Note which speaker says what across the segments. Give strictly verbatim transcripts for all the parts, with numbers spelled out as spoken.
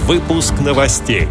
Speaker 1: Выпуск новостей.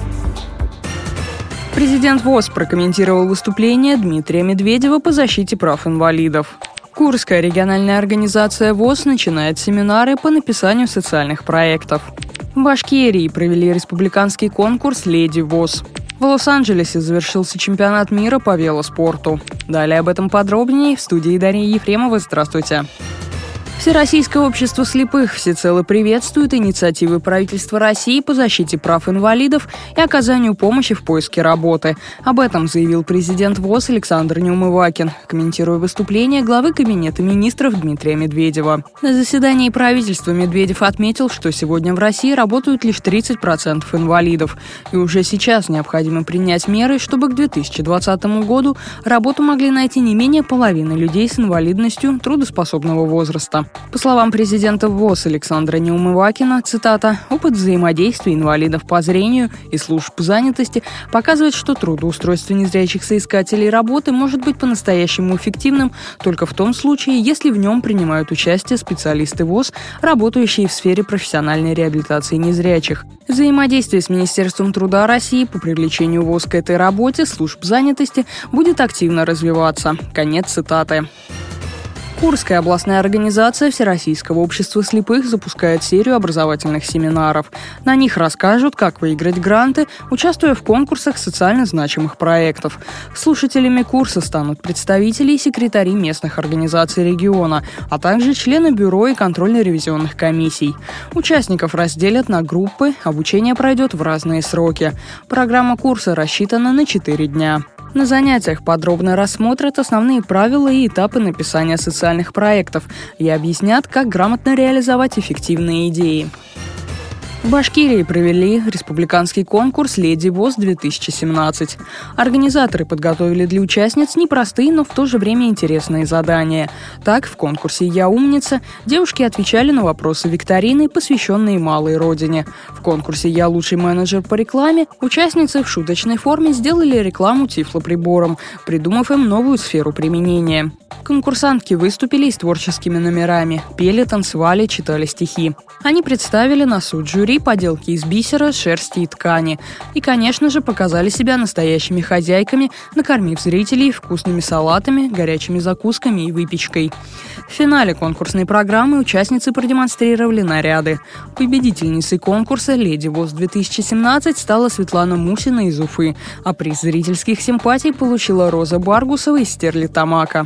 Speaker 2: Президент ВОС прокомментировал выступление Дмитрия Медведева по защите прав инвалидов. Курская региональная организация ВОС начинает семинары по написанию социальных проектов. В Башкирии провели республиканский конкурс «Леди ВОС». В Лос-Анджелесе завершился чемпионат мира по велоспорту. Далее об этом подробнее в студии Дарьи Ефремовой. Здравствуйте. Всероссийское общество слепых всецело приветствует инициативы правительства России по защите прав инвалидов и оказанию помощи в поиске работы. Об этом заявил президент ВОС Александр Неумывакин, комментируя выступление главы Кабинета министров Дмитрия Медведева. На заседании правительства Медведев отметил, что сегодня в России работают лишь тридцать процентов инвалидов. И уже сейчас необходимо принять меры, чтобы к две тысячи двадцатому году работу могли найти не менее половины людей с инвалидностью трудоспособного возраста. По словам президента ВОС Александра Неумывакина, цитата, «опыт взаимодействия инвалидов по зрению и служб занятости показывает, что трудоустройство незрячих соискателей работы может быть по-настоящему эффективным только в том случае, если в нем принимают участие специалисты ВОС, работающие в сфере профессиональной реабилитации незрячих. Взаимодействие с Министерством труда России по привлечению ВОС к этой работе служб занятости будет активно развиваться». Конец цитаты. Курская областная организация Всероссийского общества слепых запускает серию образовательных семинаров. На них расскажут, как выиграть гранты, участвуя в конкурсах социально значимых проектов. Слушателями курса станут представители и секретари местных организаций региона, а также члены бюро и контрольно-ревизионных комиссий. Участников разделят на группы, обучение пройдет в разные сроки. Программа курса рассчитана на четыре дня. На занятиях подробно рассмотрят основные правила и этапы написания социальных проектов и объяснят, как грамотно реализовать эффективные идеи. В Башкирии провели республиканский конкурс «Леди ВОС-две тысячи семнадцать». Организаторы подготовили для участниц непростые, но в то же время интересные задания. Так, в конкурсе «Я умница» девушки отвечали на вопросы викторины, посвященные малой родине. В конкурсе «Я лучший менеджер по рекламе» участницы в шуточной форме сделали рекламу тифлоприбором, придумав им новую сферу применения. Конкурсантки выступили с творческими номерами, пели, танцевали, читали стихи. Они представили на суд жюри поделки из бисера, шерсти и ткани. И, конечно же, показали себя настоящими хозяйками, накормив зрителей вкусными салатами, горячими закусками и выпечкой. В финале конкурсной программы участницы продемонстрировали наряды. Победительницей конкурса «Леди ВОС-две тысячи семнадцать» стала Светлана Мусина из Уфы, а приз зрительских симпатий получила Роза Баргусова из Стерлитамака.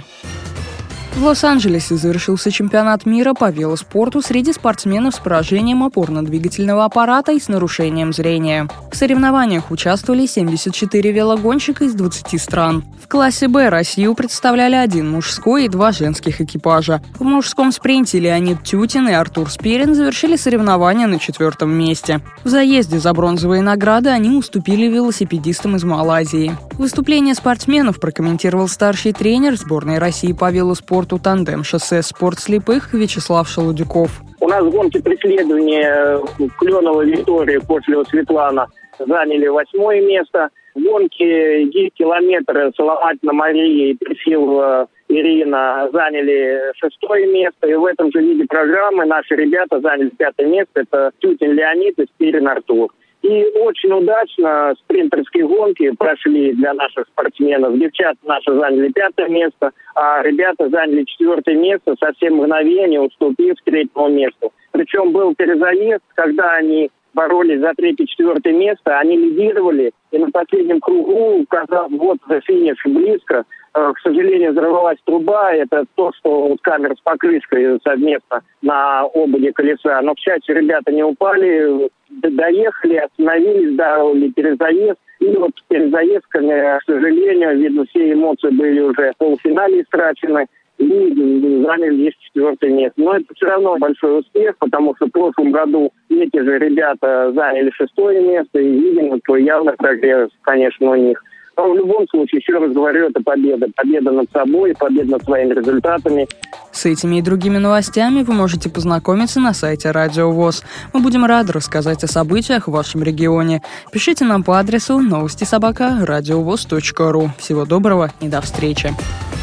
Speaker 2: В Лос-Анджелесе завершился чемпионат мира по велоспорту среди спортсменов с поражением опорно-двигательного аппарата и с нарушением зрения. В соревнованиях участвовали семьдесят четыре велогонщика из двадцати стран. В классе «Б» Россию представляли один мужской и два женских экипажа. В мужском спринте Леонид Тютин и Артур Спирин завершили соревнования на четвертом месте. В заезде за бронзовые награды они уступили велосипедистам из Малайзии. Выступление спортсменов прокомментировал старший тренер сборной России по велоспорту «Тандем шоссе спорт слепых» Вячеслав Шелудяков.
Speaker 3: У нас гонки преследования Кленова Виктория, Кошлева Светлана заняли восьмое место. Гонки десять километров Соломатина Мария и Перфилова Ирина заняли шестое место. И в этом же виде программы наши ребята заняли пятое место. Это Тютин Леонид и Спирин Артур. И очень удачно спринтерские гонки прошли для наших спортсменов. Девчата наши заняли пятое место, а ребята заняли четвертое место, совсем мгновение уступив третьему месту. Причем был перезаезд, когда они боролись за третье-четвертое место, они лидировали, и на последнем кругу, казалось, вот за финиш близко, к сожалению, взорвалась труба. Это то, что камера с покрышкой совместно на ободе колеса. Но, к счастью, ребята не упали, доехали, остановились, сделали перезаезд. И вот перезаездками, к сожалению, видно, все эмоции были уже в полуфинале истрачены. И заняли здесь четвертое место. Но это все равно большой успех, потому что в прошлом году эти же ребята заняли шестое место. И, видимо, то явный прогресс, конечно, у них. Но в любом случае, еще раз говорю, это победа. Победа над собой, победа над своими результатами.
Speaker 2: С этими и другими новостями вы можете познакомиться на сайте Радио ВОС. Мы будем рады рассказать о событиях в вашем регионе. Пишите нам по адресу новости собака радиовос точка ру. Всего доброго и до встречи.